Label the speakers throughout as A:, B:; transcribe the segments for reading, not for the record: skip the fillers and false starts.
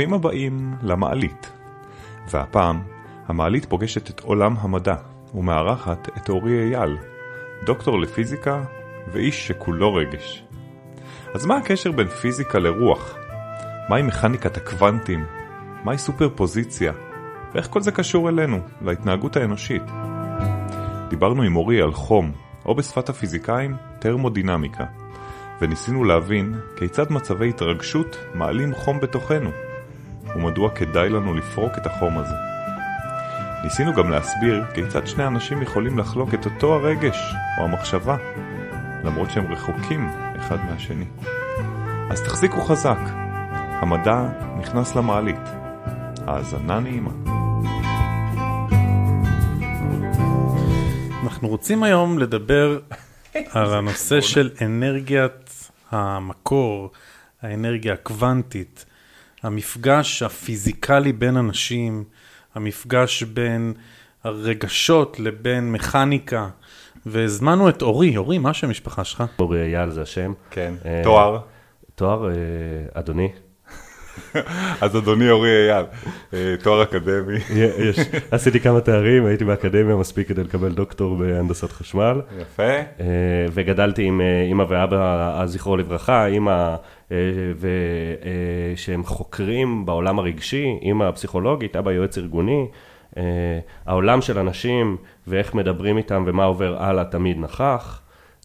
A: ברוכים הבאים למעלית. והפעם, המעלית פוגשת את עולם המדע, ומארחת את אורי אייל, דוקטור לפיזיקה ואיש שכולו רגש. אז מה הקשר בין פיזיקה לרוח? מהי מכניקת הקוונטים? מהי סופרפוזיציה? ואיך כל זה קשור אלינו, להתנהגות האנושית? דיברנו עם אורי על חום, או בשפת הפיזיקאים, טרמודינמיקה. וניסינו להבין כיצד מצבי התרגשות מעלים חום בתוכנו, ומדוע כדאי לנו לפרוק את החום הזה. ניסינו גם להסביר כיצד שני אנשים יכולים לחלוק את אותו הרגש או המחשבה, למרות שהם רחוקים אחד מהשני. אז תחזיקו חזק, המדע נכנס למעלית. האזנה נעימה.
B: אנחנו רוצים היום לדבר על הנושא של אנרגיית המקור, האנרגיה הקוונטית, המפגש הפיזיקלי בין אנשים, המפגש בין הרגשות לבין מכניקה, והזמנו את אורי. אורי, מה השם המשפחה שלך?
C: אורי אייל זה השם.
A: כן, תואר.
C: תואר, אדוני.
A: אז אדוני אורי אייל, תואר אקדמי.
C: עשיתי כמה תארים, הייתי באקדמיה מספיק כדי לקבל דוקטור בהנדסת חשמל.
A: יפה.
C: וגדלתי עם אמא ואבא, זכרו לברכה, אמא שהם חוקרים בעולם הרגשי, אמא פסיכולוגית, אבא יועץ ארגוני. העולם של אנשים ואיך מדברים איתם ומה עובר הלאה תמיד נכח.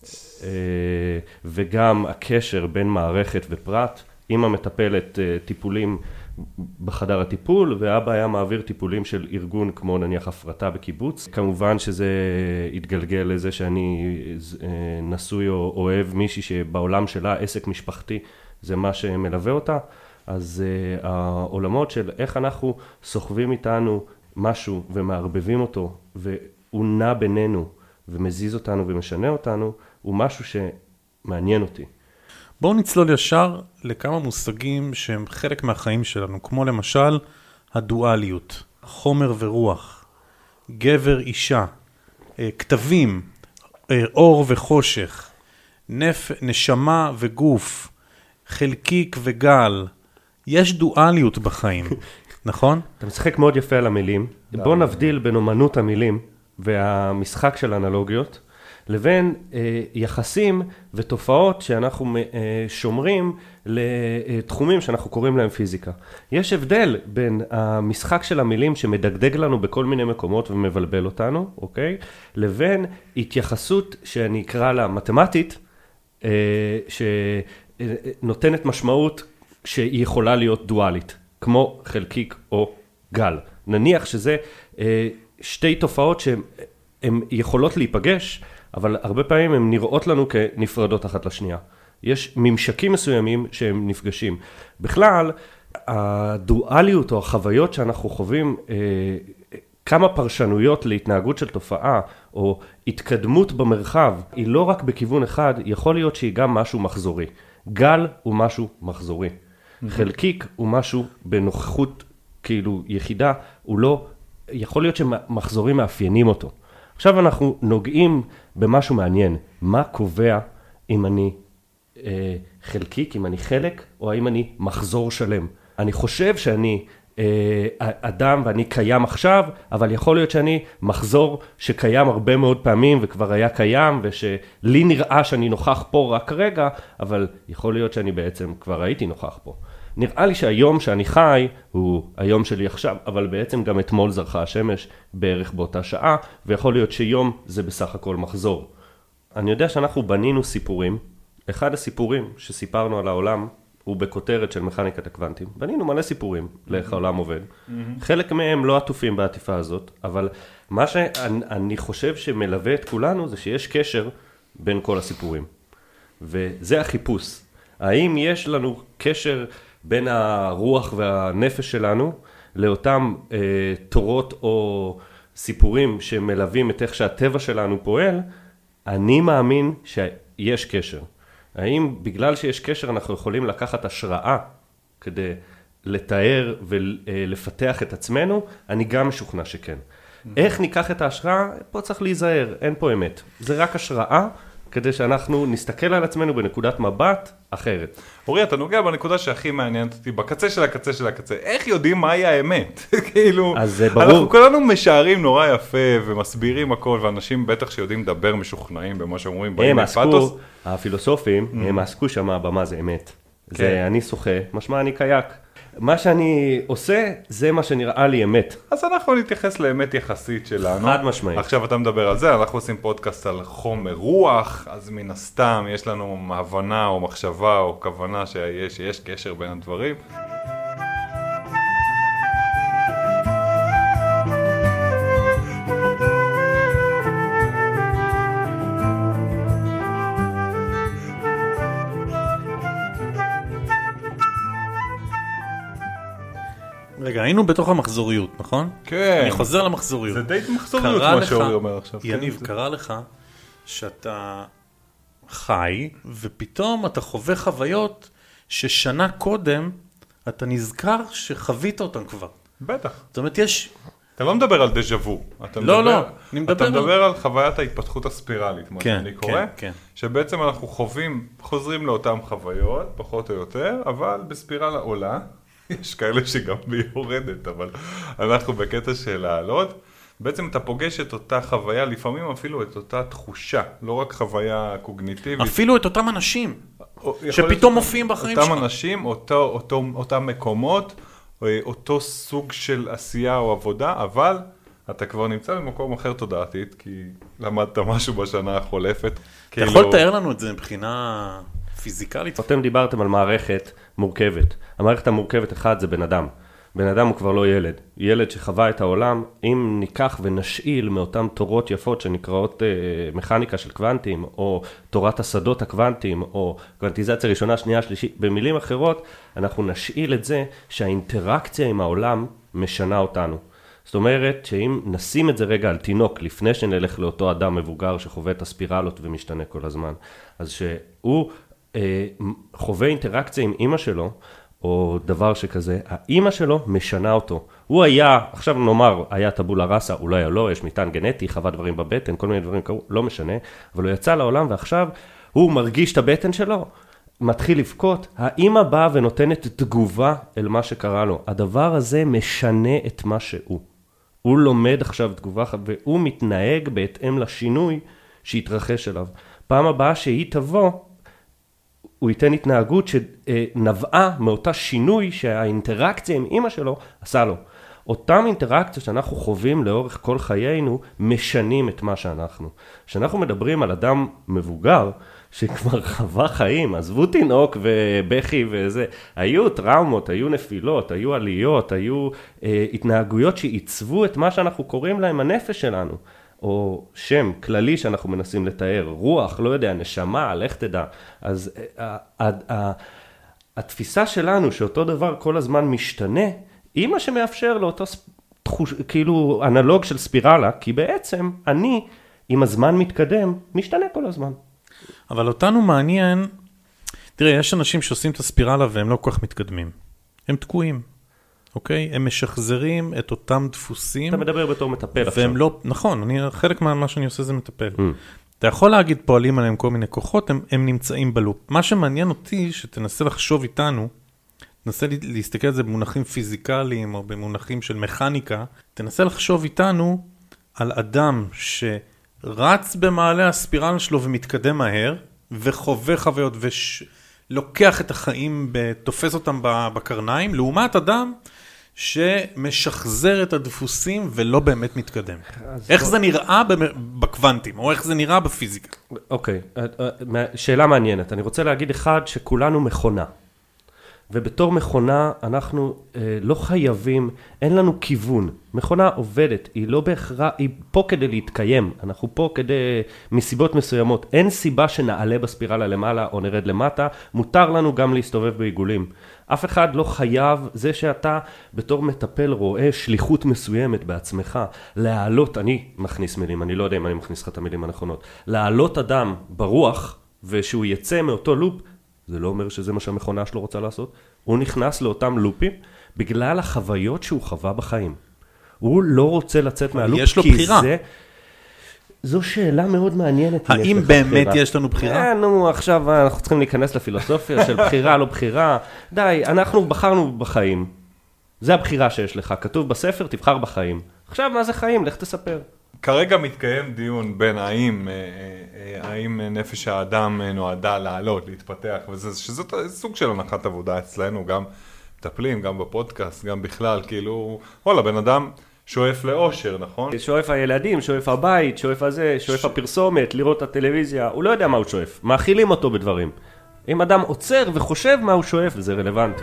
C: וגם הקשר בין מערכת ופרט. אמא מטפלת טיפולים בחדר הטיפול, ואבא היה מעביר טיפולים של ארגון כמו נניח הפרטה בקיבוץ. כמובן שזה התגלגל לזה שאני נשוי או אוהב מישהי שבעולם שלה עסק משפחתי זה מה שמלווה אותה. אז העולמות של איך אנחנו סוחבים איתנו משהו ומערבבים אותו והוא נע בינינו ומזיז אותנו ומשנה אותנו, הוא משהו שמעניין אותי.
B: בואו נצלול ישר לכמה מושגים שהם חלק מהחיים שלנו, כמו למשל הדואליות, חומר ורוח, גבר אישה, כתבים, אור וחושך, נשמה וגוף, חלקיק וגל. יש דואליות בחיים, נכון?
C: אתה משחק מאוד יפה על המילים. בואו נבדיל בין אומנות המילים והמשחק של אנלוגיות, לבין יחסים ותופעות שאנחנו שומרים לתחומים שאנחנו קוראים להם פיזיקה. יש הבדל בין המשחק של המילים שמדגדג לנו בכל מיני מקומות ומבלבל אותנו, אוקיי? לבין התייחסות שאני אקרא לה מתמטית, שנותנת משמעות שהיא יכולה להיות דואלית, כמו חלקיק או גל. נניח שזה שתי תופעות שהן יכולות להיפגש, אבל הרבה פעמים הן נראות לנו כנפרדות אחת לשנייה. יש ממשקים מסוימים שהם נפגשים. בכלל, הדואליות או החוויות שאנחנו חווים, כמה פרשנויות להתנהגות של תופעה, או התקדמות במרחב, היא לא רק בכיוון אחד, יכול להיות שהיא גם משהו מחזורי. גל הוא משהו מחזורי. חלקיק הוא משהו בנוכחות כאילו יחידה, הוא לא, יכול להיות שמחזורים מאפיינים אותו. עכשיו אנחנו נוגעים במשהו מעניין. מה קובע אם אני חלקיק, אם אני חלק, או האם אני מחזור שלם? אני חושב שאני אדם ואני קיים עכשיו, אבל יכול להיות שאני מחזור שקיים הרבה מאוד פעמים וכבר היה קיים, ושלי נראה שאני נוכח פה רק רגע, אבל יכול להיות שאני בעצם כבר הייתי נוכח פה. נראה לי שהיום שאני חי הוא היום שלי עכשיו, אבל בעצם גם אתמול זרחה השמש בערך באותה שעה, ויכול להיות שיום זה בסך הכל מחזור. אני יודע שאנחנו בנינו סיפורים. אחד הסיפורים שסיפרנו על העולם הוא בכותרת של מכניקת הקוונטים. בנינו מלא סיפורים לאיך העולם עובד. חלק מהם לא עטופים בעטיפה הזאת, אבל מה שאני חושב שמלווה את כולנו זה שיש קשר בין כל הסיפורים. וזה החיפוש. האם יש לנו קשר בין הרוח והנפש שלנו לאותם תורות או סיפורים שמלווים את איך שהטבע שלנו פועל? אני מאמין שיש קשר. האם בגלל שיש קשר אנחנו יכולים לקחת השראה כדי לתאר ולפתח את עצמנו? אני גם משוכנע שכן. איך ניקח את ההשראה? פה צריך להיזהר, אין פה אמת. זה רק השראה כדי שאנחנו נסתכל על עצמנו בנקודת מבט אחרת.
A: אורי, אתה נוגע בנקודה שהכי מעניינת אותי, בקצה של הקצה של הקצה. איך יודעים מהי האמת? כאילו,
C: אז ברור.
A: אנחנו כולנו משערים נורא יפה ומסבירים הכל, ואנשים בטח שיודעים לדבר משוכנעים במה שאומרים,
C: הם עסקו, הפילוסופים, הם עסקו שמה במה זה אמת. זה אני שוחה, משמע אני קייק. מה שאני עושה, זה מה שנראה לי אמת.
A: אז אנחנו נתייחס לאמת יחסית שלנו.
C: חד משמעית.
A: עכשיו אתה מדבר על זה, אנחנו עושים פודקאסט על חומר רוח, אז מן הסתם יש לנו הבנה או מחשבה או כוונה שיש קשר בין הדברים.
B: רגע, היינו בתוך המחזוריות, נכון?
A: כן.
B: אני חוזר למחזוריות.
A: זה די מחזוריות מה שאורי אומר עכשיו.
B: יניב, קרא לך שאתה חי, ופתאום אתה חווה חוויות ששנה קודם אתה נזכר שחווית אותן כבר.
A: בטח.
B: זאת אומרת, יש...
A: אתה לא מדבר על דז'ה-וו.
B: לא, אני מדבר
A: אתה מדבר על חוויית ההתפתחות הספירלית, מה
B: כן,
A: שאני קורא.
B: כן.
A: שבעצם אנחנו חוזרים לאותן חוויות, פחות או יותר, אבל בספירלה עולה. יש כאלה שגם היא יורדת, אבל אנחנו בקטע של לעלות. בעצם אתה פוגש את אותה חוויה, לפעמים אפילו את אותה תחושה, לא רק חוויה קוגניטיבית.
B: אפילו את אותם אנשים שפתאום מופיעים בחיים שלך.
A: אותם אנשים, אותם מקומות, אותו סוג של עשייה או עבודה, אבל אתה כבר נמצא במקום אחר תודעתית, כי למדת משהו בשנה החולפת.
B: אתה יכול לתאר לנו את זה מבחינה פיזיקלית?
C: אתם דיברתם על מערכת מורכבת. המערכת המורכבת אחד זה בן אדם. בן אדם הוא כבר לא ילד. ילד שחווה את העולם, אם ניקח ונשאיל מאותן תורות יפות שנקראות מכניקה של קוונטים, או תורת השדות הקוונטים, או קוונטיזציה ראשונה, שנייה, שלישית, במילים אחרות, אנחנו נשאיל את זה שהאינטראקציה עם העולם משנה אותנו. זאת אומרת שאם נשים את זה רגע על תינוק, לפני שנלך לאותו אדם מבוגר שחווה את הספירלות ומשתנה כל הזמן, אז שהוא חווה אינטראקציה עם אמא שלו, או דבר שכזה, האמא שלו משנה אותו. הוא היה, עכשיו נאמר, היה טבולה ראסה, אולי או לא, יש מטען גנטי, חווה דברים בבטן, כל מיני דברים קרו, לא משנה, אבל הוא יצא לעולם ועכשיו הוא מרגיש את הבטן שלו, מתחיל לבכות, האמא באה ונותנת תגובה אל מה שקרה לו. הדבר הזה משנה את מה שהוא. הוא לומד עכשיו תגובה, והוא מתנהג בהתאם לשינוי שהתרחש אליו. פעם הבאה שהיא תבוא, הוא ייתן התנהגות שנבעה מאותה שינוי שהאינטראקציה עם אמא שלו עשה לו. אותם אינטראקציות שאנחנו חווים לאורך כל חיינו משנים את מה שאנחנו. כשאנחנו מדברים על אדם מבוגר שכבר חווה חיים, עזבו תינוק ובכי וזה, היו טראומות, היו נפילות, היו עליות, היו התנהגויות שעיצבו את מה שאנחנו קוראים להם הנפש שלנו. או שם כללי שאנחנו מנסים לתאר, רוח, לא יודע, נשמה, לך תדע. אז התפיסה שלנו שאותו דבר כל הזמן משתנה, היא מה שמאפשר לאותו כאילו אנלוג של ספירלה, כי בעצם אני, עם הזמן מתקדם, משתנה כל הזמן.
B: אבל אותנו מעניין, תראה, יש אנשים שעושים את הספירלה והם לא כל כך מתקדמים. הם תקועים. אוקיי? הם משחזרים את אותם דפוסים.
C: אתה מדבר בתור מטפל עכשיו.
B: והם לא, נכון, חלק מה שאני עושה זה מטפל. אתה יכול להגיד פועלים עליהם כל מיני כוחות, הם נמצאים בלופ. מה שמעניין אותי, שתנסה לחשוב איתנו, תנסה להסתכל על זה במונחים פיזיקליים, או במונחים של מכניקה, תנסה לחשוב איתנו על אדם שרץ במעלה הספירלה שלו ומתקדם מהר, וחווה חוויות ולוקח את החיים, תופס אותם בקרניים, לעומת אדם שמשחזר את הדפוסים ולא באמת מתקדם. איך זה נראה בקוונטים, או איך זה נראה בפיזיקה?
C: אוקיי, שאלה מעניינת. אני רוצה להגיד אחד שכולנו מכונה. ובתור מכונה אנחנו לא חייבים, אין לנו כיוון. מכונה עובדת, היא לא בהכרח, היא פה כדי להתקיים. אנחנו פה כדי, מסיבות מסוימות. אין סיבה שנעלה בספירלה למעלה או נרד למטה. מותר לנו גם להסתובב בעיגולים. אף אחד לא חייב, זה שאתה בתור מטפל רואה שליחות מסוימת בעצמך, להעלות, אני מכניס מילים, אני לא יודע אם אני מכניס לך את המילים הנכונות, להעלות אדם ברוח ושהוא יצא מאותו לופ, זה לא אומר שזה מה שהמכונה שלו רוצה לעשות. הוא נכנס לאותם לופים בגלל החוויות שהוא חווה בחיים. הוא לא רוצה לצאת מהלופ,
B: יש לו בחירה.
C: זו שאלה מאוד מעניינת.
B: האם באמת יש לנו בחירה?
C: נו, עכשיו אנחנו צריכים להיכנס לפילוסופיה של בחירה, לא בחירה. די, אנחנו בחרנו בחיים. זה הבחירה שיש לך. כתוב בספר, תבחר בחיים. עכשיו, מה זה חיים? לך תספר.
A: כרגע מתקיים דיון בין האם נפש האדם נועדה לעלות, להתפתח, שזאת סוג של הנחת עבודה אצלנו, גם מטפלים, גם בפודקאסט, גם בכלל, כאילו, וואלה, בן אדם שואף לאושר, נכון?
C: שואף הילדים, שואף הבית, שואף הזה, שואף הפרסומת, לראות את הטלוויזיה, הוא לא יודע מה הוא שואף, מאכילים אותו בדברים. אם אדם עוצר וחושב מה הוא שואף, זה רלוונטי.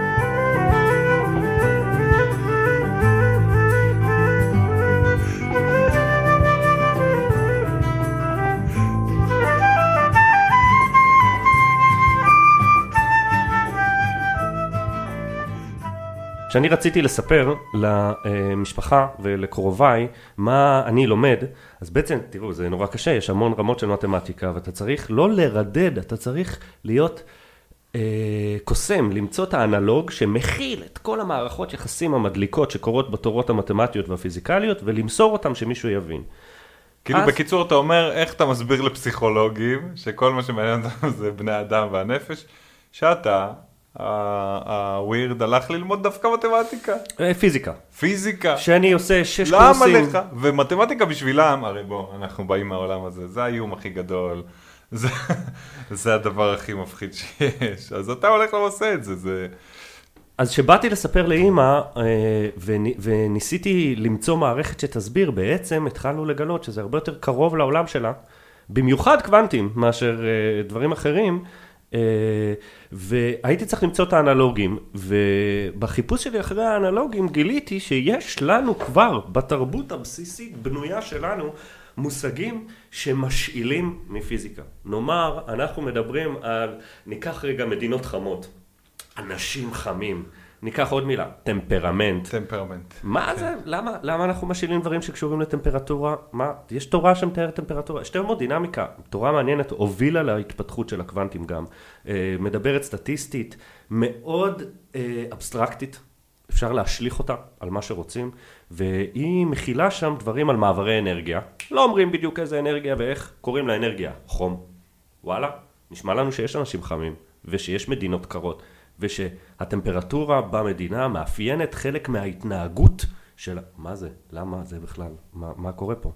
C: כשאני רציתי לספר למשפחה ולקרוביי מה אני לומד, אז בעצם, תראו, זה נורא קשה, יש המון רמות של מתמטיקה, ואתה צריך לא לרדד, אתה צריך להיות קוסם, למצוא את האנלוג שמכיל את כל המערכות יחסים המדליקות שקורות בתורות המתמטיות והפיזיקליות, ולמסור אותם שמישהו יבין.
A: כאילו בקיצור אתה אומר, איך אתה מסביר לפסיכולוגים, שכל מה שמעניין אותם זה בני אדם והנפש, שאתה... הווירד הלך ללמוד דווקא מתמטיקה.
C: פיזיקה.
A: פיזיקה.
C: שאני עושה 6 קורסים.
A: למה לך? ומתמטיקה בשבילם, הרי בוא, אנחנו באים מהעולם הזה, זה האיום הכי גדול, זה הדבר הכי מפחיד שיש, אז אתה הולך לעושה את זה.
C: אז שבאתי לספר לאמא, וניסיתי למצוא מערכת שתסביר, בעצם התחלנו לגלות שזה הרבה יותר קרוב לעולם שלה, במיוחד קוונטים מאשר דברים אחרים, והייתי צריך למצוא את האנלוגים, ובחיפוש שלי אחרי האנלוגים גיליתי שיש לנו כבר בתרבות הבסיסית בנויה שלנו מושגים שמשאילים מפיזיקה. נאמר, אנחנו מדברים על, ניקח רגע מדינות חמות, אנשים חמים, ניקח עוד מילה, טמפרמנט.
A: טמפרמנט.
C: מה זה? למה אנחנו משאילים דברים שקשורים לטמפרטורה? מה? יש תורה שמתארת טמפרטורה, יש טרמודינמיקה, תורה מעניינת, הובילה להתפתחות של הקוונטים גם, מדברת סטטיסטית, מאוד אבסטרקטית, אפשר להשליך אותה על מה שרוצים, והיא מכילה שם דברים על מעברי אנרגיה, לא אומרים בדיוק איזה אנרגיה ואיך, קוראים לה אנרגיה, חום. וואלה, נשמע לנו שיש אנשים חמים, ושיש מדינות קרות. ושהטמפרטורה במדינה מאפיינת חלק מההתנהגות של מה זה, למה זה בכלל, מה קורה פה.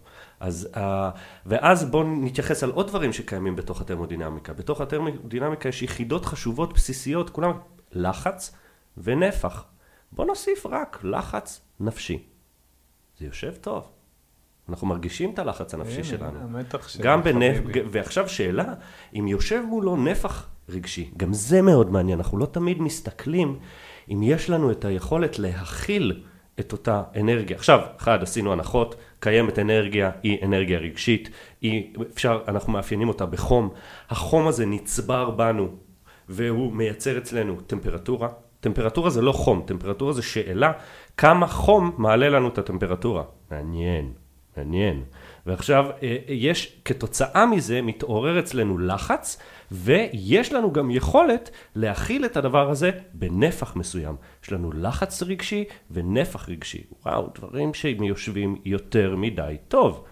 C: ואז בואו נתייחס על עוד דברים שקיימים בתוך הטרמודינמיקה. בתוך הטרמודינמיקה יש יחידות חשובות בסיסיות, כולם לחץ ונפח. בואו נוסיף רק לחץ נפשי. זה יושב טוב. אנחנו מרגישים את הלחץ הנפשי שלנו. גם ועכשיו שאלה, אם יושב מולו נפח רגשי, גם זה מאוד מעניין, אנחנו לא תמיד מסתכלים אם יש לנו את היכולת להכיל את אותה אנרגיה. עכשיו, עשינו הנחות, קיימת אנרגיה, היא אנרגיה רגשית, אנחנו מאפיינים אותה בחום, החום הזה נצבר בנו, והוא מייצר אצלנו טמפרטורה. טמפרטורה זה לא חום, טמפרטורה זה שאלה, כמה חום מעלה לנו את הטמפרטורה. מעניין. ועכשיו, יש, כתוצאה מזה, מתעורר אצלנו לחץ, ויש לנו גם יכולת להכיל את הדבר הזה בנפח מסוים. יש לנו לחץ רגשי ונפח רגשי. וואו, דברים שמיושבים יותר מדי טוב.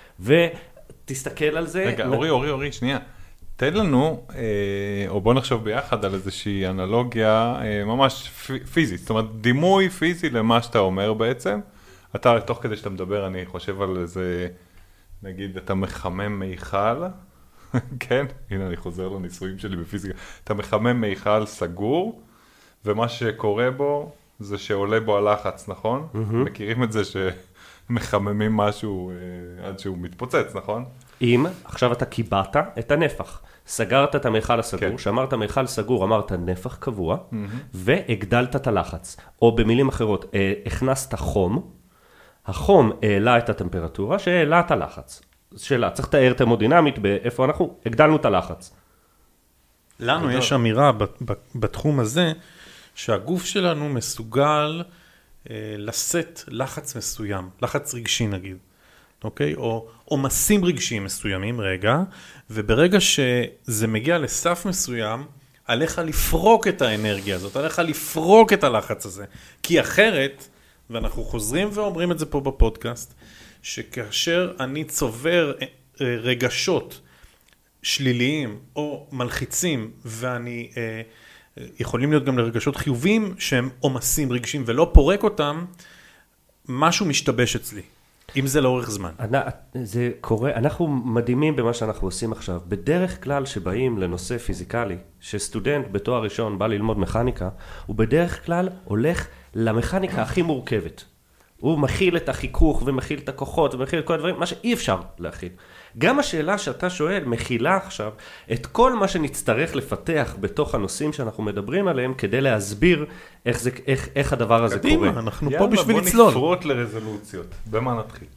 C: ותסתכל על זה.
A: רגע, אורי, שנייה. תן לנו, או בוא נחשוב ביחד על איזושהי אנלוגיה ממש פיזית. זאת אומרת, דימוי פיזי למה שאתה אומר בעצם. אתה, תוך כדי שאתה מדבר, אני חושב על איזה, נגיד, אתה מחמם מיכל, כן? הנה, אני חוזר לניסויים שלי בפיזיקה. אתה מחמם מיכל סגור, ומה שקורה בו, זה שעולה בו הלחץ, נכון? מכירים את זה שמחממים משהו עד שהוא מתפוצץ, נכון?
C: אם עכשיו אתה קיבעת את הנפח, סגרת את המיכל הסגור, שאמרת מיכל סגור, אמרת נפח קבוע, והגדלת את הלחץ. או במילים אחרות, הכנסת חום, החום העלה את הטמפרטורה, שהעלה את הלחץ. שאלה, צריך לתאר טרמודינמית באיפה אנחנו, הגדלנו את הלחץ.
B: לנו יש אמירה בתחום הזה, שהגוף שלנו מסוגל לשאת לחץ מסוים, לחץ רגשי נגיד, אוקיי? או עומסים רגשיים מסוימים, רגע, וברגע שזה מגיע לסף מסוים, עליך לפרוק את האנרגיה הזאת, עליך לפרוק את הלחץ הזה, כי אחרת, ואנחנו חוזרים ואומרים את זה פה בפודקאסט, שכאשר אני צובר רגשות שליליים או מלחיצים, ואני יכולים להיות גם לרגשות חיוביים שהם עומסים רגשים ולא פורק אותם, משהו משתבש אצלי, אם זה לאורך זמן.
C: זה קורה, אנחנו מדהימים במה שאנחנו עושים עכשיו. בדרך כלל שבאים לנושא פיזיקלי, שסטודנט בתואר ראשון בא ללמוד מכניקה, הוא בדרך כלל הולך למכניקה הכי מורכבת. הוא מכיל את החיכוך ומכיל את הכוחות ומכיל את כל הדברים, מה שאי אפשר להכיל. גם השאלה שאתה שואל מכילה עכשיו את כל מה שנצטרך לפתח בתוך הנושאים שאנחנו מדברים עליהם, כדי להסביר איך הדבר הזה קורה.
B: קדימה, אנחנו פה בשביל לצלול.
A: בוא נפרוט לרזולוציות. במה נתחיל?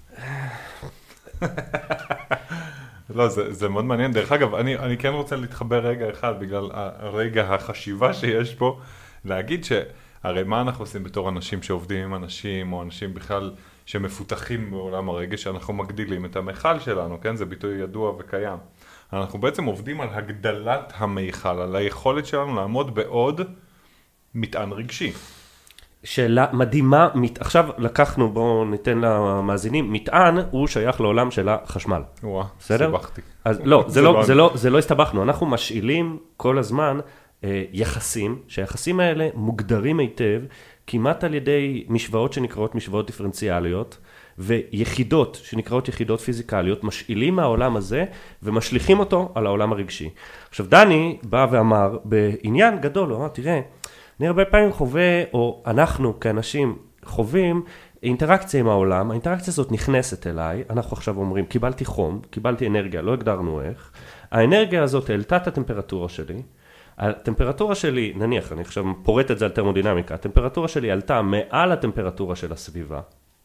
A: לא, זה מאוד מעניין. דרך אגב, אני כן רוצה להתחבר רגע אחד, בגלל הרגע החשיבה שיש פה, להגיד הרי מה אנחנו עושים בתור אנשים שעובדים עם אנשים, או אנשים בכלל שמפותחים בעולם הרגש, שאנחנו מגדילים את המיכל שלנו, כן? זה ביטוי ידוע וקיים. אנחנו בעצם עובדים על הגדלת המיכל, על היכולת שלנו לעמוד בעוד מטען רגשי.
C: שאלה מדהימה, עכשיו לקחנו, בואו ניתן למאזינים, מטען הוא שייך לעולם של החשמל.
A: וואה,
C: סבכתי. אז זה לא הסתבכנו, אנחנו משאילים כל הזמן יחסים, שהיחסים האלה מוגדרים היטב, כמעט על ידי משוואות שנקראות משוואות דיפרנציאליות, ויחידות שנקראות יחידות פיזיקליות, משאילים מהעולם הזה, ומשליכים אותו על העולם הרגשי. עכשיו, דני בא ואמר, בעניין גדול, הוא אמר, תראה, אני הרבה פעמים חווה, או אנחנו כאנשים חווים, אינטראקציה עם העולם, האינטראקציה הזאת נכנסת אליי, אנחנו עכשיו אומרים, קיבלתי חום, קיבלתי אנרגיה, לא הגדרנו איך, האנרגיה הזאת העלתה את הטמפרטורה שלי, הטמפרטורה שלי, נניח, אני עכשיו פורט את זה על טרמודינמיקה, הטמפרטורה שלי עלתה מעל הטמפרטורה של הסביבה.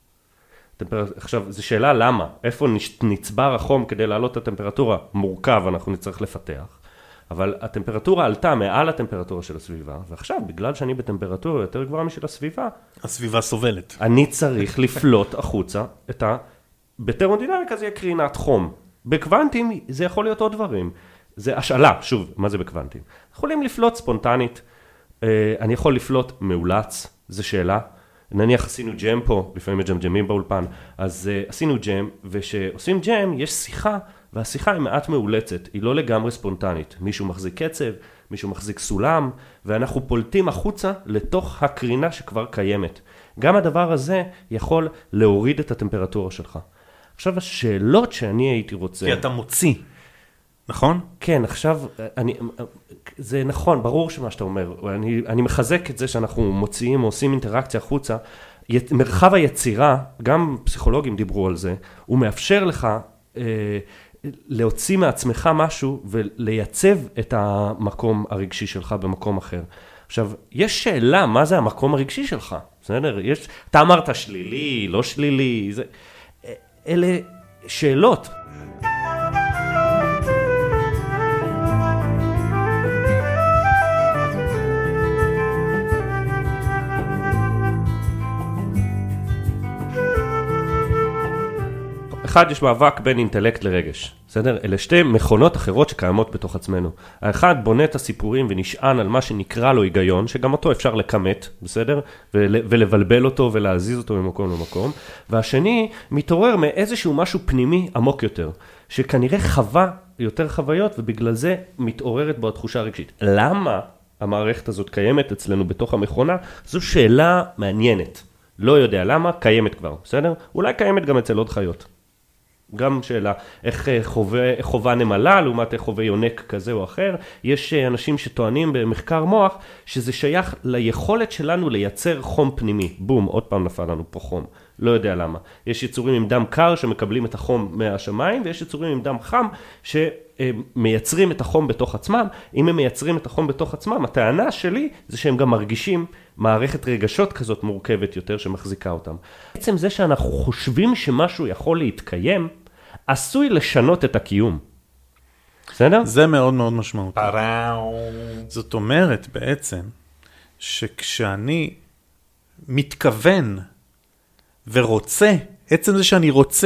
C: עכשיו, זו שאלה למה? איפה נצבר החום כדי להעלות את הטמפרטורה? מורכב, אנחנו נצטרך לפתח. אבל הטמפרטורה עלתה מעל הטמפרטורה של הסביבה, ועכשיו, בגלל שאני בטמפרטורה יותר גבוהה משל הסביבה,
B: הסביבה סובלת.
C: אני צריך לפלוט החוצה את בטרמודינמיקה זה יהיה קרינת חום. בקוונטים זה יכול להיות עוד דברים. זה השאלה, שוב, מה זה בקוונטים? יכולים לפלוט ספונטנית, אני יכול לפלוט מאולץ, זו שאלה. נניח עשינו ג'ם פה, לפעמים מג'מג'מים באולפן, אז עשינו ג'ם, ושעושים ג'ם יש שיחה, והשיחה היא מעט מאולצת, היא לא לגמרי ספונטנית. מישהו מחזיק קצב, מישהו מחזיק סולם, ואנחנו פולטים החוצה לתוך הקרינה שכבר קיימת. גם הדבר הזה יכול להוריד את הטמפרטורה שלך. עכשיו, השאלות שאני הייתי רוצה...
B: כי אתה מוציא. נכון?
C: כן, עכשיו, זה נכון, ברור שמה שאתה אומר, אני מחזק את זה שאנחנו מוציאים, עושים אינטראקציה החוצה, מרחב היצירה, גם פסיכולוגים דיברו על זה, הוא מאפשר לך להוציא מעצמך משהו ולייצב את המקום הרגשי שלך במקום אחר. עכשיו, יש שאלה, מה זה המקום הרגשי שלך? בסדר? אתה אמרת שלילי, לא שלילי, אלה שאלות. אחד, יש מאבק בין אינטלקט לרגש, בסדר? אלה שתי מכונות אחרות שקיימות בתוך עצמנו. האחד בונה את הסיפורים ונשען על מה שנקרא לו היגיון, שגם אותו אפשר לקמת, בסדר? ולבלבל אותו ולהזיז אותו ממקום למקום. והשני מתעורר מאיזשהו משהו פנימי עמוק יותר, שכנראה חווה יותר חוויות, ובגלל זה מתעוררת בו התחושה הרגשית. למה המערכת הזאת קיימת אצלנו בתוך המכונה? זו שאלה מעניינת. לא יודע למה, קיימת כבר, בסדר? אולי קיימת גם אצל עוד חיות. גם שאלה, איך חובה נמלה, לעומת איך חובה יונק כזה או אחר. יש אנשים שטוענים במחקר מוח, שזה שייך ליכולת שלנו לייצר חום פנימי. בום, עוד פעם נפל לנו פה חום. לא יודע למה. יש יצורים עם דם קר שמקבלים את החום מהשמיים, ויש יצורים עם דם חם שמייצרים את החום בתוך עצמם. אם הם מייצרים את החום בתוך עצמם, הטענה שלי זה שהם גם מרגישים מערכת רגשות כזאת מורכבת יותר שמחזיקה אותם. בעצם זה שאנחנו חושבים שמשהו יכול להתקיים, עשוי לשנות את הקיום. בסדר?
B: זה מאוד מאוד משמעותי. זאת אומרת בעצם, שכשאני מתכוון ורוצה, עצם זה שאני רוצה,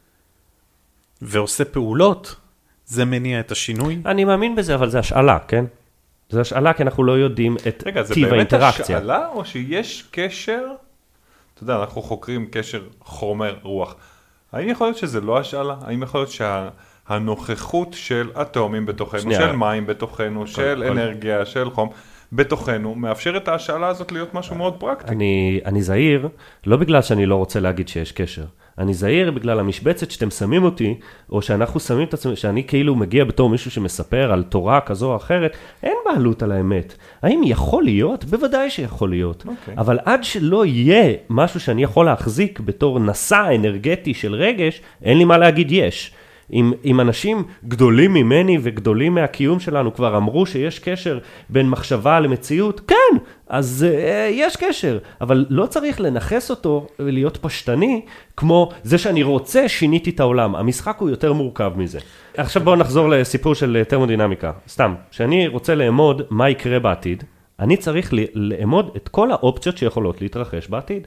B: ועושה פעולות, זה מניע את השינוי.
C: אני מאמין בזה, אבל זה השאלה, כן? זה השאלה כי אנחנו לא יודעים את טיב האינטראקציה.
A: זה באמת השאלה או שיש קשר? אתה יודע, אנחנו חוקרים קשר חומר רוח. האם יכול להיות שזה לא השאלה? האם יכול להיות שהנוכחות של אטומים בתוכנו,
C: שנייה.
A: של מים בתוכנו, של אנרגיה, של חום בתוכנו, מאפשר את השאלה הזאת להיות משהו מאוד פרקטי?
C: אני זהיר, לא בגלל שאני לא רוצה להגיד שיש קשר. אני זהיר בגלל המשבצת שאתם שמים אותי, או שאנחנו שמים את עצמנו, שאני כאילו מגיע בתור מישהו שמספר על תורה כזו או אחרת, אין בעלות על האמת. האם יכול להיות? בוודאי שיכול להיות. אבל עד שלא יהיה משהו שאני יכול להחזיק בתור נשא אנרגטי של רגש, אין לי מה להגיד יש. אם אנשים גדולים ממני וגדולים מהקיום שלנו כבר אמרו שיש קשר בין מחשבה למציאות, כן, אז יש קשר, אבל לא צריך לנחס אותו ולהיות פשטני, כמו זה שאני רוצה, שיניתי את העולם. המשחק הוא יותר מורכב מזה. עכשיו בואו נחזור לסיפור של תרמודינמיקה. סתם, שאני רוצה לאמוד מה יקרה בעתיד, אני צריך לאמוד את כל האופציות שיכולות להתרחש בעתיד.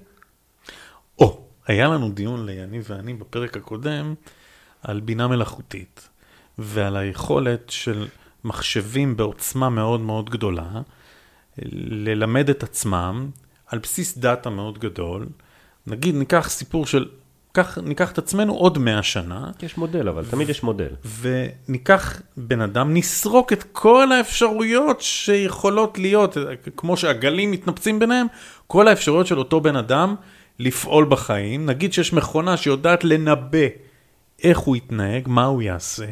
B: היה לנו דיון ליניב ואני בפרק הקודם, על בינה מלאכותית, ועל היכולת של מחשבים בעוצמה מאוד מאוד גדולה, ללמד את עצמם על בסיס דאטה מאוד גדול. נגיד, ניקח סיפור של, ניקח את עצמנו עוד 100 שנה.
C: יש מודל, אבל תמיד יש מודל.
B: וניקח בן אדם, נסרוק את כל האפשרויות שיכולות להיות, כמו שהגלים מתנפצים ביניהם, כל האפשרויות של אותו בן אדם לפעול בחיים. נגיד שיש מכונה שיודעת לנבא איך הוא יתנהג, מה הוא יעשה,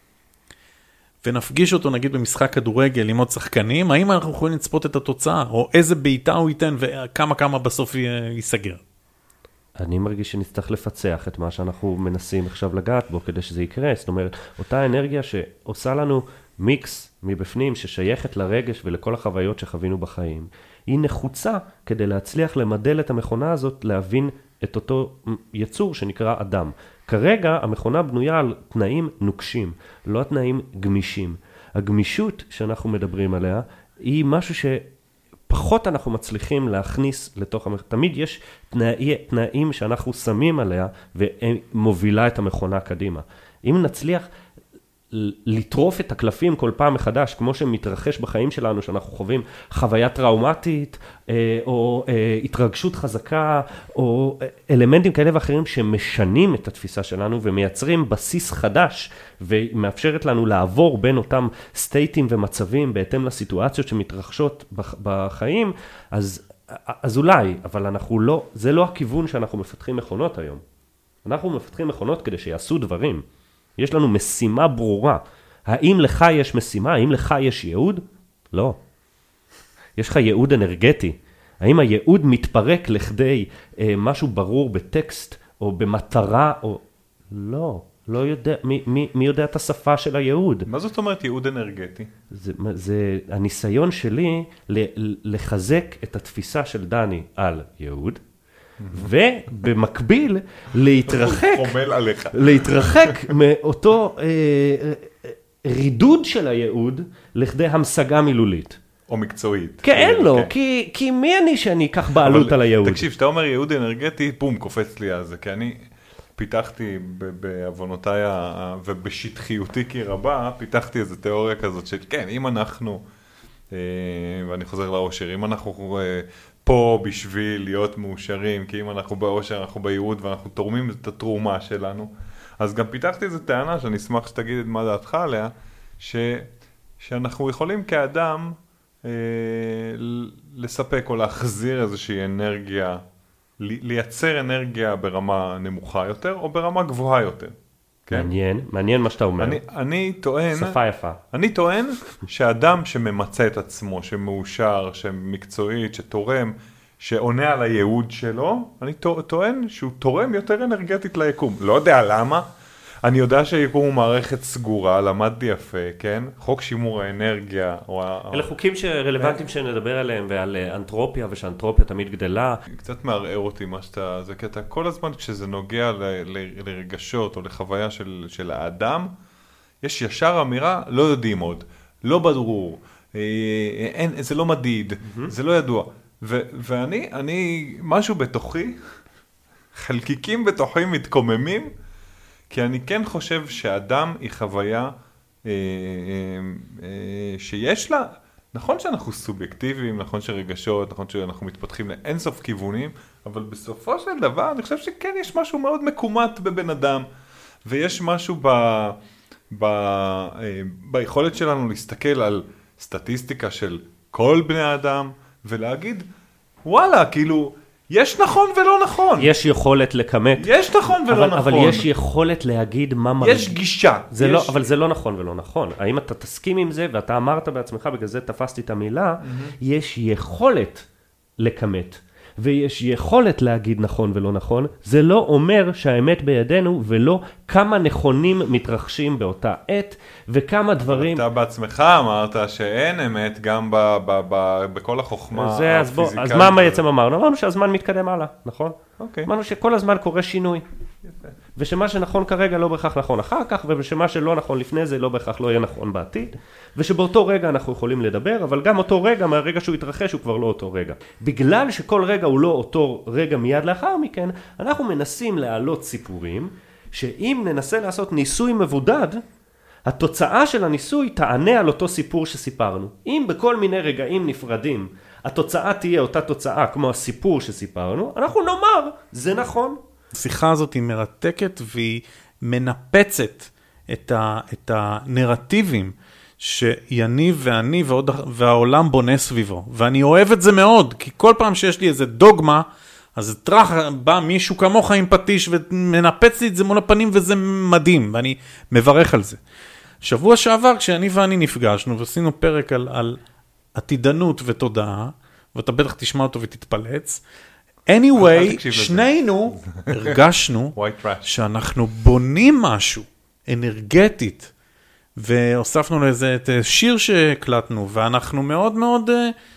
B: ונפגיש אותו נגיד במשחק כדורגל עם עוד שחקנים, האם אנחנו יכולים לצפות את התוצאה, או איזה בעיטה הוא ייתן וכמה בסוף ייסגר.
C: אני מרגיש שנצטרך לפצח את מה שאנחנו מנסים עכשיו לגעת בו כדי שזה יקרה. זאת אומרת, אותה אנרגיה שעושה לנו מיקס מבפנים ששייכת לרגש ולכל החוויות שחווינו בחיים, היא נחוצה כדי להצליח למדל את המכונה הזאת, להבין את אותו יצור שנקרא אדם. כרגע המכונה בנויה על תנאים נוקשים, לא תנאים גמישים. הגמישות שאנחנו מדברים עליה היא משהו שפחות אנחנו מצליחים להכניס לתוך המכונה. תמיד יש תנאים שאנחנו שמים עליה ומובילה את המכונה קדימה. אם נצליח לטרוף את הקלפים כל פעם מחדש, כמו שמתרחש בחיים שלנו, שאנחנו חווים חוויה טראומטית, או התרגשות חזקה, או אלמנטים כאלה ואחרים שמשנים את התפיסה שלנו, ומייצרים בסיס חדש, ומאפשרת לנו לעבור בין אותם סטייטים ומצבים, בהתאם לסיטואציות שמתרחשות בחיים, אז אולי, אבל זה לא הכיוון שאנחנו מפתחים מכונות היום. אנחנו מפתחים מכונות כדי שיעשו דברים. יש לנו משימה ברורה. האם לך יש משימה? האם לך יש ייעוד? לא. יש לך ייעוד אנרגטי. האם הייעוד מתפרק לכדי משהו ברור בטקסט או במטרה או... לא. לא יודע, מי יודע את השפה של הייעוד?
A: מה זאת אומרת ייעוד אנרגטי?
C: זה הניסיון שלי לחזק את התפיסה של דני על ייעוד, ובמקביל להתרחק מאותו רידוד של הייעוד לכדי המשגה מילולית.
A: או מקצועית.
C: כן, לא, כי מי אני שאני אקח בעלות על הייעוד?
A: תקשיב, שאתה אומר ייעוד אנרגטי, בום, קופץ לי על זה, כי אני פיתחתי בעוונותיי ובשטחיותי כי רבה, פיתחתי איזו תיאוריה כזאת של, כן, אם אנחנו, ואני חוזר לאושר, אם אנחנו פה בשביל להיות מאושרים, כי אם אנחנו באושר, אנחנו בייעוד ואנחנו תורמים את התרומה שלנו, אז גם פיתחתי איזו טענה שאני אשמח שתגיד את מה דעתך עליה, שאנחנו יכולים כאדם לספק או להחזיר איזושהי אנרגיה, לייצר אנרגיה ברמה נמוכה יותר או ברמה גבוהה יותר.
C: מעניין מה שאתה אומר.
A: אני טוען,
C: שפה יפה.
A: אני טוען שאדם שממצא את עצמו, שמאושר, שמקצועית, שתורם, שעונה על הייעוד שלו, אני טוען שהוא תורם יותר אנרגטית ליקום. לא יודע למה. אני יודע שהיקום הוא מערכת סגורה, למדתי יפה, כן? חוק שימור האנרגיה.
C: אלה חוקים שרלוונטיים שנדבר עליהם, ועל אנתרופיה, ושאנתרופיה תמיד גדלה.
A: קצת מערער אותי מה שאתה, זה קטע, כל הזמן כשזה נוגע לרגשות או לחוויה של האדם, יש ישר אמירה, לא יודעים עוד, לא ברור, זה לא מדיד, זה לא ידוע. ואני, משהו בתוכי, חלקיקים בתוכי מתקוממים, כי אני כן חושב שאדם היא חוויה שיש לה נכון שאנחנו סובייקטיביים, נכון שרגשות, נכון שאנחנו מתפתחים לאינסוף כיוונים, אבל בסופו של דבר אני חושב שכן יש משהו מאוד מקומט בבן אדם, ויש משהו ביכולת שלנו להסתכל על סטטיסטיקה של כל בני האדם, ולהגיד, וואלה, כאילו, יש נכון ולא נכון.
C: יש יכולת לכמת.
A: יש נכון ולא נכון.
C: אבל יש יכולת להגיד מה מרגיש.
A: יש גישה.
C: אבל זה לא נכון ולא נכון. האם אתה תסכים עם זה, ואתה אמרת בעצמך, בגלל זה תפסתי את המילה, יש יכולת לכמת. ויש יכולת להגיד נכון ולא נכון, זה לא אומר שהאמת בידינו, ולא כמה נכונים מתרחשים באותה עת, וכמה דברים...
A: אתה בעצמך אמרת שאין אמת גם בכל החוכמה הפיזיקלית.
C: אז מה בעצם אמרנו? אמרנו שהזמן מתקדם הלאה, נכון?
A: אוקיי.
C: אמרנו שכל הזמן קורה שינוי.
A: יפה.
C: ושמה שנכון כרגע לא בהכרח נכון אחר כך, ושמה שלא נכון לפני זה לא בהכרח לא יהיה נכון בעתיד, ושבאותו רגע אנחנו יכולים לדבר, אבל גם אותו רגע, מהרגע שהוא יתרחש, הוא כבר לא אותו רגע. בגלל שכל רגע הוא לא אותו רגע מיד לאחר מכן, אנחנו מנסים להעלות סיפורים, שאם ננסה לעשות ניסוי מבודד, התוצאה של הניסוי תענה על אותו סיפור שסיפרנו. אם בכל מיני רגעים נפרדים, התוצאה תהיה אותה תוצאה כמו הסיפור שסיפרנו, אנחנו נאמר, זה נכון.
B: השיחה הזאת היא מרתקת והיא מנפצת את הנרטיבים שיניב ואני והעולם בונה סביבו. ואני אוהב את זה מאוד, כי כל פעם שיש לי איזה דוגמה, אז טרח, בא מישהו כמוך עם פטיש ומנפץ לי את זה מול הפנים, וזה מדהים, ואני מברך על זה. שבוע שעבר, כשאני ואני נפגשנו, ועשינו פרק על עתידנות ותודעה, ואתה בטח תשמע אותו ותתפלץ, anyway, שנינו הרגשנו שאנחנו בונים משהו אנרגטית, והוספנו לזה את שיר שהקלטנו, ואנחנו מאוד מאוד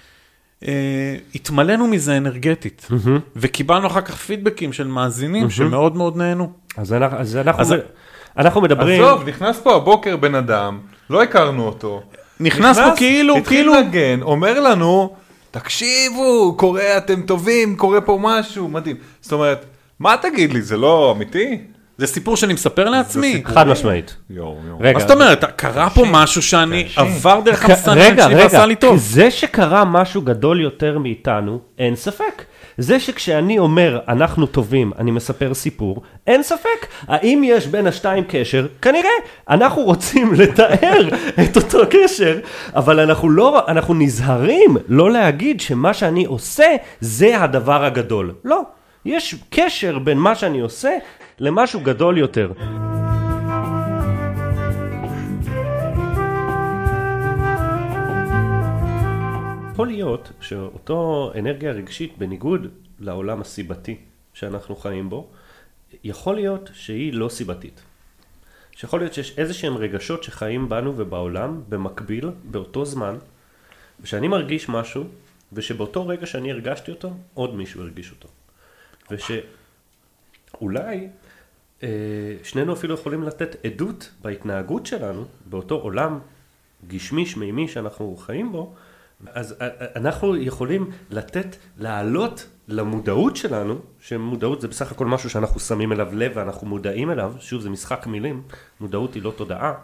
B: התמלאנו מזה אנרגטית, וקיבלנו אחר כך פידבקים של מאזינים שמאוד מאוד נהנו.
C: אז אנחנו מדברים...
A: עזוב, נכנס פה הבוקר בן אדם, לא הכרנו אותו.
B: נכנס פה כאילו...
A: התחיל לגן, אומר לנו... תקשיבו, קורה, אתם טובים, קורה פה משהו, מדהים. זאת אומרת, מה תגיד לי, זה לא אמיתי?
B: זה סיפור שאני מספר לעצמי.
C: חד משמעית.
B: מה זאת אומרת, קרה פה משהו שאני עבר דרך המסנן שלי ועשה לי טוב.
C: זה שקרה משהו גדול יותר מאיתנו, אין ספק. זה שכשאני אומר אנחנו טובים, אני מספר סיפור, אין ספק. האם יש בין השתיים קשר? כנראה. אנחנו רוצים לתאר את אותו קשר, אבל אנחנו נזהרים לא להגיד שמה שאני עושה זה הדבר הגדול. לא. יש קשר בין מה שאני עושה למשהו גדול יותר. יכול להיות שאותו אנרגיה רגשית בניגוד לעולם הסיבתי שאנחנו חיים בו, יכול להיות שהיא לא סיבתית. שיכול להיות שיש איזשהם רגשות שחיים בנו ובעולם במקביל, באותו זמן, ושאני מרגיש משהו, ושבאותו רגע שאני הרגשתי אותו, עוד מישהו הרגיש אותו. ושאולי שנינו אפילו יכולים לתת עדות בהתנהגות שלנו, באותו עולם גשמי, שמימי שאנחנו חיים בו, אז אנחנו יכולים להעלות למודעות שלנו, שמודעות זה בסך הכל משהו שאנחנו שמים אליו לב ואנחנו מודעים אליו, שוב זה משחק מילים, מודעות היא לא תודעה,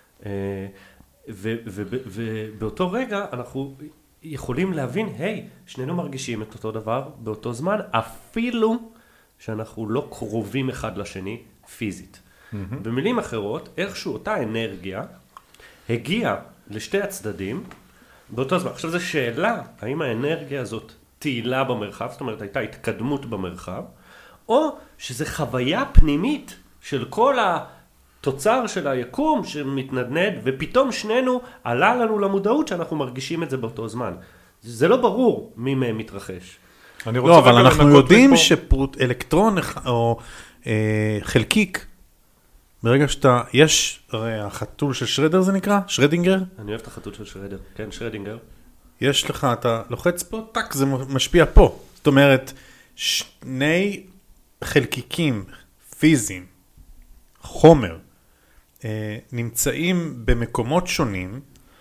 C: ובאותו רגע אנחנו יכולים להבין, היי, שנינו מרגישים את אותו דבר באותו זמן, אפילו שאנחנו לא קרובים אחד לשני פיזית. במילים אחרות, איכשהו אותה אנרגיה הגיעה לשתי הצדדים, באותו זמן. עכשיו זו שאלה, האם האנרגיה הזאת תהילה במרחב, זאת אומרת הייתה התקדמות במרחב, או שזו חוויה פנימית של כל התוצר של היקום שמתנדנד, ופתאום שנינו עלה לנו למודעות שאנחנו מרגישים את זה באותו זמן. זה לא ברור מי מהם מתרחש.
B: לא, אבל אנחנו יודעים שאלקטרון או חלקיק, ברגע שאתה, יש, הרי החתול של שרדר זה נקרא? שרדינגר?
C: אני אוהב את החתול של שרדר, כן, שרדינגר.
B: יש לך, אתה לוחץ פה, טק, זה משפיע פה. זאת אומרת, שני חלקיקים פיזיים, חומר, נמצאים במקומות שונים,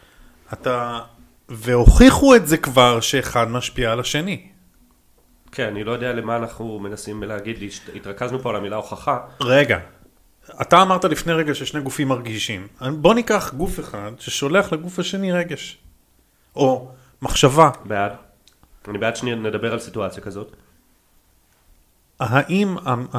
B: והוכיחו את זה כבר שאחד משפיע על השני.
C: כן, אני לא יודע למה אנחנו מנסים להגיד, התרכזנו פה על המילה הוכחה.
B: רגע. אתה אמרת לפני רגע ששני גופים מרגישים. בוא ניקח גוף אחד ששולח לגוף השני רגש. או מחשבה.
C: בעד. אני בעד שנייה נדבר על סיטואציה כזאת.
B: האם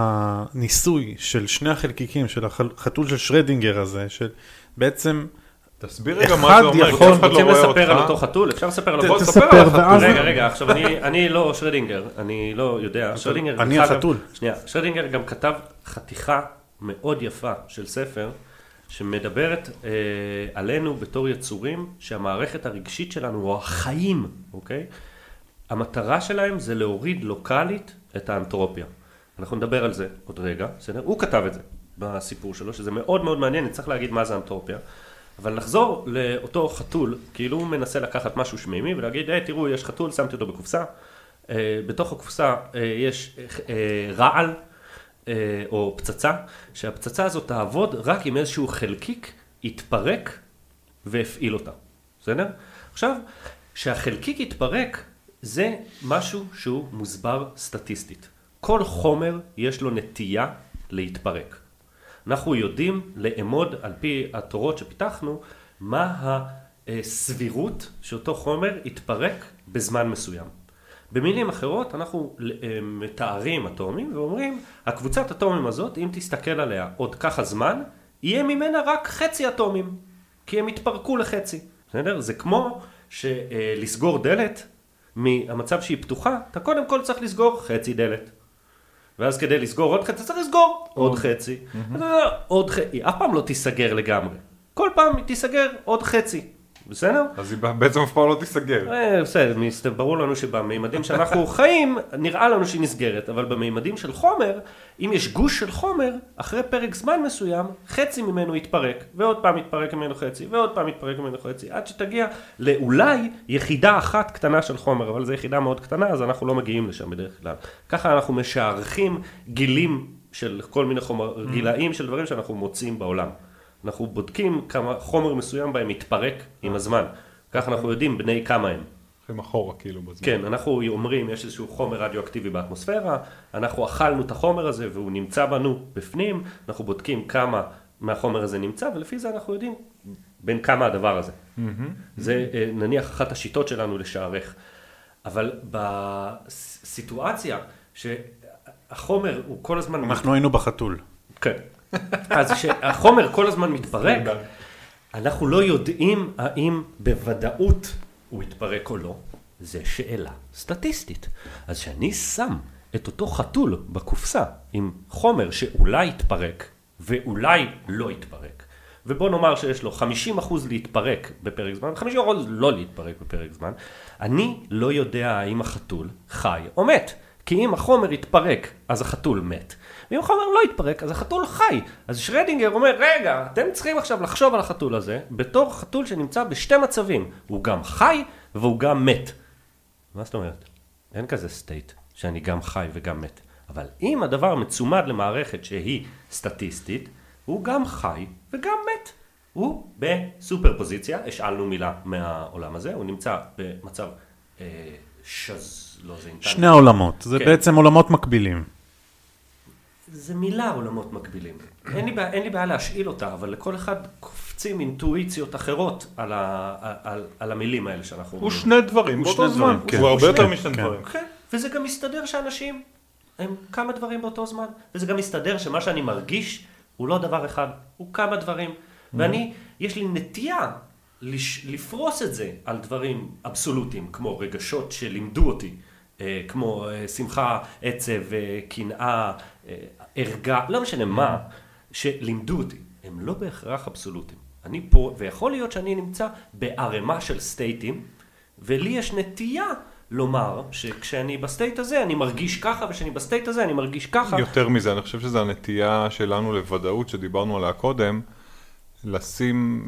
B: הניסוי של שני החלקיקים, של החתול של שרדינגר הזה, שבעצם
A: תסביר רגע מה זה אומר,
B: יכול-
A: כי אף אחד לא
C: רוצים
A: רואה אותך.
C: לספר על אותו חתול? אפשר לספר על אותו חתול?
B: תספר,
A: על החתול.
B: ואז...
C: רגע, עכשיו אני לא שרדינגר, אני לא יודע. שרדינגר,
B: אני
C: דרך אגב-
B: החתול.
C: שנייה, שרדינגר גם כתב חתיכה מאוד יפה של ספר, שמדברת עלינו בתור יצורים, שהמערכת הרגשית שלנו, או החיים, אוקיי? המטרה שלהם זה להוריד לוקלית את האנתרופיה. אנחנו נדבר על זה עוד רגע, בסדר? הוא כתב את זה בסיפור שלו, שזה מאוד מאוד מעניין, נצטרך להגיד מה זה אנתרופיה. אבל נחזור לאותו חתול, כאילו הוא מנסה לקחת משהו שמימי ולהגיד, תראו, יש חתול, שמתי אותו בקופסה, בתוך הקופסה יש רעל או פצצה, שהפצצה הזאת תעבוד רק אם איזשהו חלקיק יתפרק והפעיל אותה, בסדר? עכשיו, שהחלקיק יתפרק זה משהו שהוא מוסבר סטטיסטית. כל חומר יש לו נטייה להתפרק. אנחנו יודעים לאמוד על פי התורות שפיתחנו מה הסבירות שאותו חומר יתפרק בזמן מסוים. במילים אחרות אנחנו מתארים אטומים ואומרים הקבוצת אטומים הזאת אם תסתכל עליה עוד ככה זמן יהיה ממנה רק חצי אטומים כי הם יתפרקו לחצי. בסדר? זה כמו שלסגור דלת מהמצב שהיא פתוחה אתה קודם כל צריך לסגור חצי דלת. ואז כדי לסגור עוד חצי, צריך לסגור עוד חצי. עוד חצי, היא אף פעם לא תיסגר לגמרי. כל פעם היא תיסגר עוד חצי. בסדר?
A: אז היא בעצם אף פעם לא תיסגר.
C: בסדר, ברור לנו שבמימדים שאנחנו חיים, נראה לנו שהיא נסגרת, אבל במימדים של חומר, אם יש גוש של חומר, אחרי פרק זמן מסוים, חצי ממנו יתפרק, ועוד פעם יתפרק ממנו חצי, ועוד פעם יתפרק ממנו חצי, עד שתגיע לאולי יחידה אחת קטנה של חומר, אבל זו יחידה מאוד קטנה, אז אנחנו לא מגיעים לשם בדרך כלל. ככה אנחנו משערכים גילים של כל מיני גילאים של דברים שאנחנו מוצאים בעולם. אנחנו בודקים כמה חומר מסוים בהם מתפרק עם הזמן. כך אנחנו יודעים בני כמה הם.
A: הולכים אחורה כאילו בזמן.
C: כן, אנחנו אומרים, יש איזשהו חומר רדיואקטיבי באטמוספירה, אנחנו אכלנו את החומר הזה והוא נמצא בנו בפנים, אנחנו בודקים כמה מהחומר הזה נמצא, ולפי זה אנחנו יודעים בין כמה הדבר הזה. זה נניח אחת השיטות שלנו לשערך. אבל בסיטואציה שהחומר הוא כל הזמן...
B: אנחנו היינו בחתול.
C: כן. אז כשהחומר כל הזמן מתפרק, אנחנו לא יודעים האם בוודאות הוא יתפרק או לא. זה שאלה סטטיסטית. אז שאני שם את אותו חתול בקופסה עם חומר שאולי יתפרק ואולי לא יתפרק, ובוא נאמר שיש לו 50% להתפרק בפרק זמן, 50% לא להתפרק בפרק זמן, אני לא יודע האם החתול חי או מת. כי אם החומר יתפרק, אז החתול מת. ואם החומר לא יתפרק, אז החתול חי. אז שרדינגר אומר, רגע, אתם צריכים עכשיו לחשוב על החתול הזה, בתור חתול שנמצא בשתי מצבים. הוא גם חי והוא גם מת. מה זאת אומרת? אין כזה סטייט שאני גם חי וגם מת. אבל אם הדבר מצומד למערכת שהיא סטטיסטית, הוא גם חי וגם מת. הוא בסופר פוזיציה, השאלנו מילה מהעולם הזה, הוא נמצא במצב לא, זה
B: שני העולמות, זה
C: כן.
B: בעצם עולמות מקבילים.
C: זה מילה עולמות מקבילים. אין לי בעיה להשאיל אותה, אבל לכל אחד קופצים אינטואיציות אחרות על המילים האלה שאנחנו
A: הוא שני דברים באותו
B: שני דברים,
A: זמן.
B: כן.
A: הוא הרבה
B: הוא
A: יותר
B: שני,
A: משני
B: כן.
A: דברים.
C: כן, וזה גם מסתדר שאנשים הם כמה דברים באותו זמן, וזה גם מסתדר שמה שאני מרגיש הוא לא דבר אחד, הוא כמה דברים. ואני, יש לי נטייה לפרוס את זה על דברים אבסולוטיים, כמו רגשות שלימדו אותי, כמו שמחה, עצב, קנאה, ערגה, לא משנה מה, שלימדו אותי. הם לא בהכרח אבסולוטיים. אני פה, ויכול להיות שאני נמצא בערימה של סטייטים, ולי יש נטייה לומר שכשאני בסטייט הזה אני מרגיש ככה, וכשאני בסטייט הזה אני מרגיש ככה.
A: יותר מזה, אני חושב שזו הנטייה שלנו לוודאות שדיברנו עליה קודם, לשים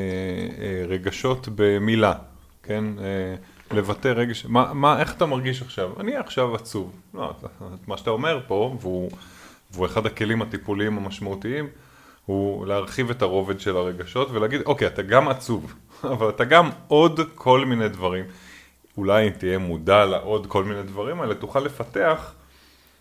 A: רגשות במילה, כן? לבטא רגש, איך אתה מרגיש עכשיו? אני עכשיו עצוב. לא, מה שאתה אומר פה, והוא אחד הכלים הטיפוליים המשמעותיים, הוא להרחיב את הרובד של הרגשות ולהגיד, אוקיי, אתה גם עצוב, אבל אתה גם עוד כל מיני דברים. אולי אם תהיה מודע לעוד כל מיני דברים האלה, תוכל לפתח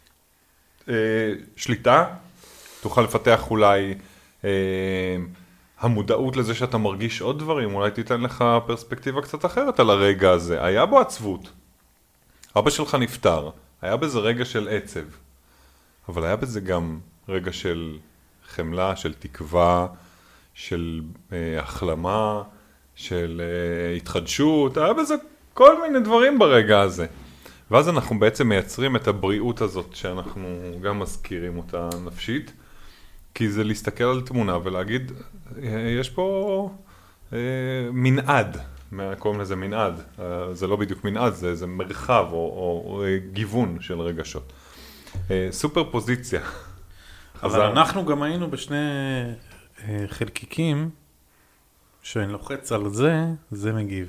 A: שליטה, תוכל לפתח אולי המודעות לזה שאתה מרגיש עוד דברים, אולי תיתן לך פרספקטיבה קצת אחרת על הרגע הזה. היה בו עצבות. אבא שלך נפטר, היה בזה רגע של עצב, אבל היה בזה גם רגע של חמלה, של תקווה, של החלמה, של התחדשות, היה בזה כל מיני דברים ברגע הזה. ואז אנחנו בעצם מייצרים את הבריאות הזאת שאנחנו גם מזכירים אותה נפשית, כי זה להסתכל על תמונה ולהגיד, יש פה מנעד, קוראים לזה מנעד, זה לא בדיוק מנעד, זה מרחב או גיוון של רגשות. סופר פוזיציה.
B: אבל אנחנו גם היינו בשני חלקיקים, שאני לוחץ על זה, זה מגיב.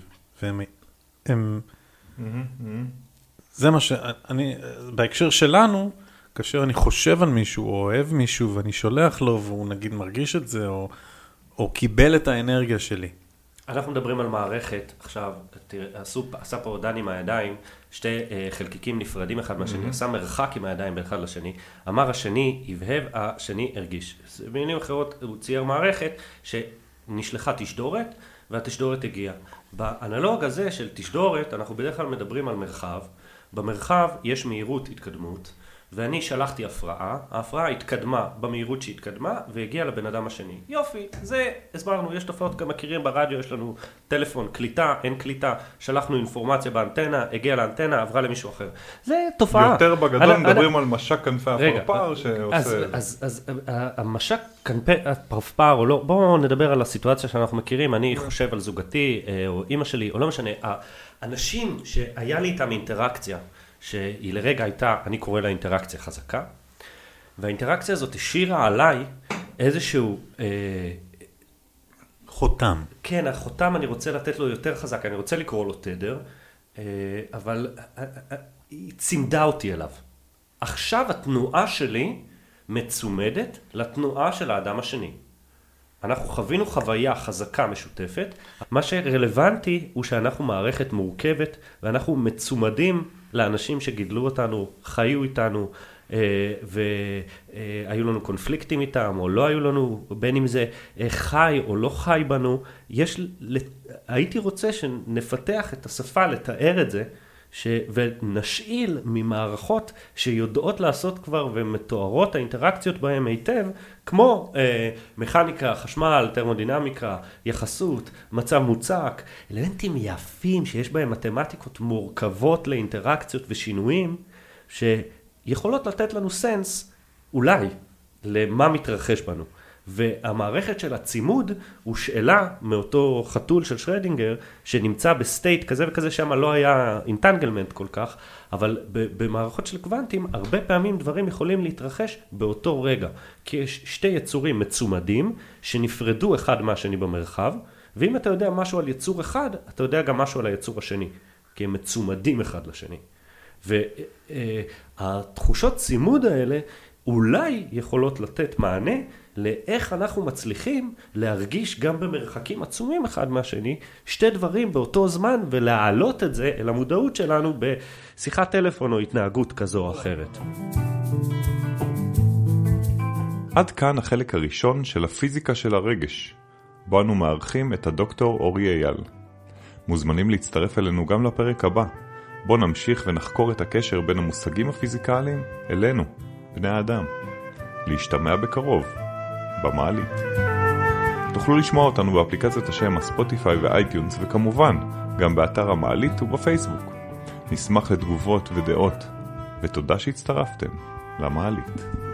B: זה מה שאני, בהקשר שלנו, כאשר אני חושב על מישהו, או אוהב מישהו, ואני שולח לו, והוא נגיד מרגיש את זה, או קיבל את האנרגיה שלי.
C: אנחנו מדברים על מערכת, עכשיו, עשה פה דני עם הידיים, שתי חלקיקים נפרדים אחד מהשני, עשה מרחק עם הידיים בין אחד לשני, אמר השני, הבהב, השני הרגיש. במילים אחרות, הוא צייר מערכת שנשלחה תשדורת, והתשדורת הגיעה. באנלוג הזה של תשדורת, אנחנו בדרך כלל מדברים על מרחב, במרחב יש מהירות התקדמות, ואני שלחתי הפרעה, ההפרעה התקדמה במהירות שהתקדמה, והגיעה לבן אדם השני. יופי, זה הסברנו, יש תופעות גם מכירים ברדיו, יש לנו טלפון, קליטה, אין קליטה, שלחנו אינפורמציה באנטנה, הגיעה לאנטנה, עברה למישהו אחר. זה תופעה.
A: יותר בגדול מדברים על משק כנפי הפרפר שעושה...
C: אז המשק כנפי הפרפר או לא, בואו נדבר על הסיטואציה שאנחנו מכירים, אני חושב על זוגתי, או אמא שלי, או לא משנה, האנשים שהיה לי איתם אינטראקציה, שהיא לרגע הייתה, אני קורא לה אינטראקציה חזקה, והאינטראקציה הזאת השאירה עליי איזשהו...
B: חותם.
C: כן, החותם אני רוצה לתת לו יותר חזק, אני רוצה לקרוא לו תדר, אבל היא צימדה אותי אליו. עכשיו התנועה שלי מצומדת לתנועה של האדם השני. אנחנו חווינו חוויה חזקה משותפת, מה שרלוונטי הוא שאנחנו מערכת מורכבת, ואנחנו מצומדים לאנשים שגידלו אותנו, חיו איתנו, והיו לנו קונפליקטים איתם, או לא היו לנו, בין אם זה חי או לא חי בנו. הייתי רוצה שנפתח את השפה לתאר את זה, ונשאיל ממערכות שיודעות לעשות כבר ומתוארות האינטראקציות בהם היטב, כמו מכניקה, חשמל, טרמודינמיקה, יחסות, מצב מוצק, אלמנטים יפים שיש בהם מתמטיקות מורכבות לאינטראקציות ושינויים, שיכולות לתת לנו סנס, אולי, למה מתרחש בנו. והמערכת של הצימוד הוא שאלה מאותו חתול של שרדינגר, שנמצא בסטייט כזה וכזה, שם לא היה אינטנגלמנט כל כך, אבל במערכות של קוונטים, הרבה פעמים דברים יכולים להתרחש באותו רגע, כי יש שתי יצורים מצומדים, שנפרדו אחד מהשני במרחב, ואם אתה יודע משהו על יצור אחד, אתה יודע גם משהו על היצור השני, כי הם מצומדים אחד לשני. והתחושות צימוד האלה, אולי יכולות לתת מענה לאיך אנחנו מצליחים להרגיש גם במרחקים עצומים אחד מהשני, שתי דברים באותו זמן, ולהעלות את זה אל המודעות שלנו בשיחת טלפון או התנהגות כזו או אחרת.
A: עד כאן החלק הראשון של הפיזיקה של הרגש, בו אנו מארחים את הדוקטור אורי אייל. מוזמנים להצטרף אלינו גם לפרק הבא, בו נמשיך ונחקור את הקשר בין המושגים הפיזיקליים אלינו, בני האדם. להשתמע בקרוב, במעלית. תוכלו לשמוע אותנו באפליקציית השם הספוטיפיי ואייטיונס, וכמובן גם באתר המעלית ובפייסבוק. נשמח לתגובות ודעות, ותודה שהצטרפתם למעלית.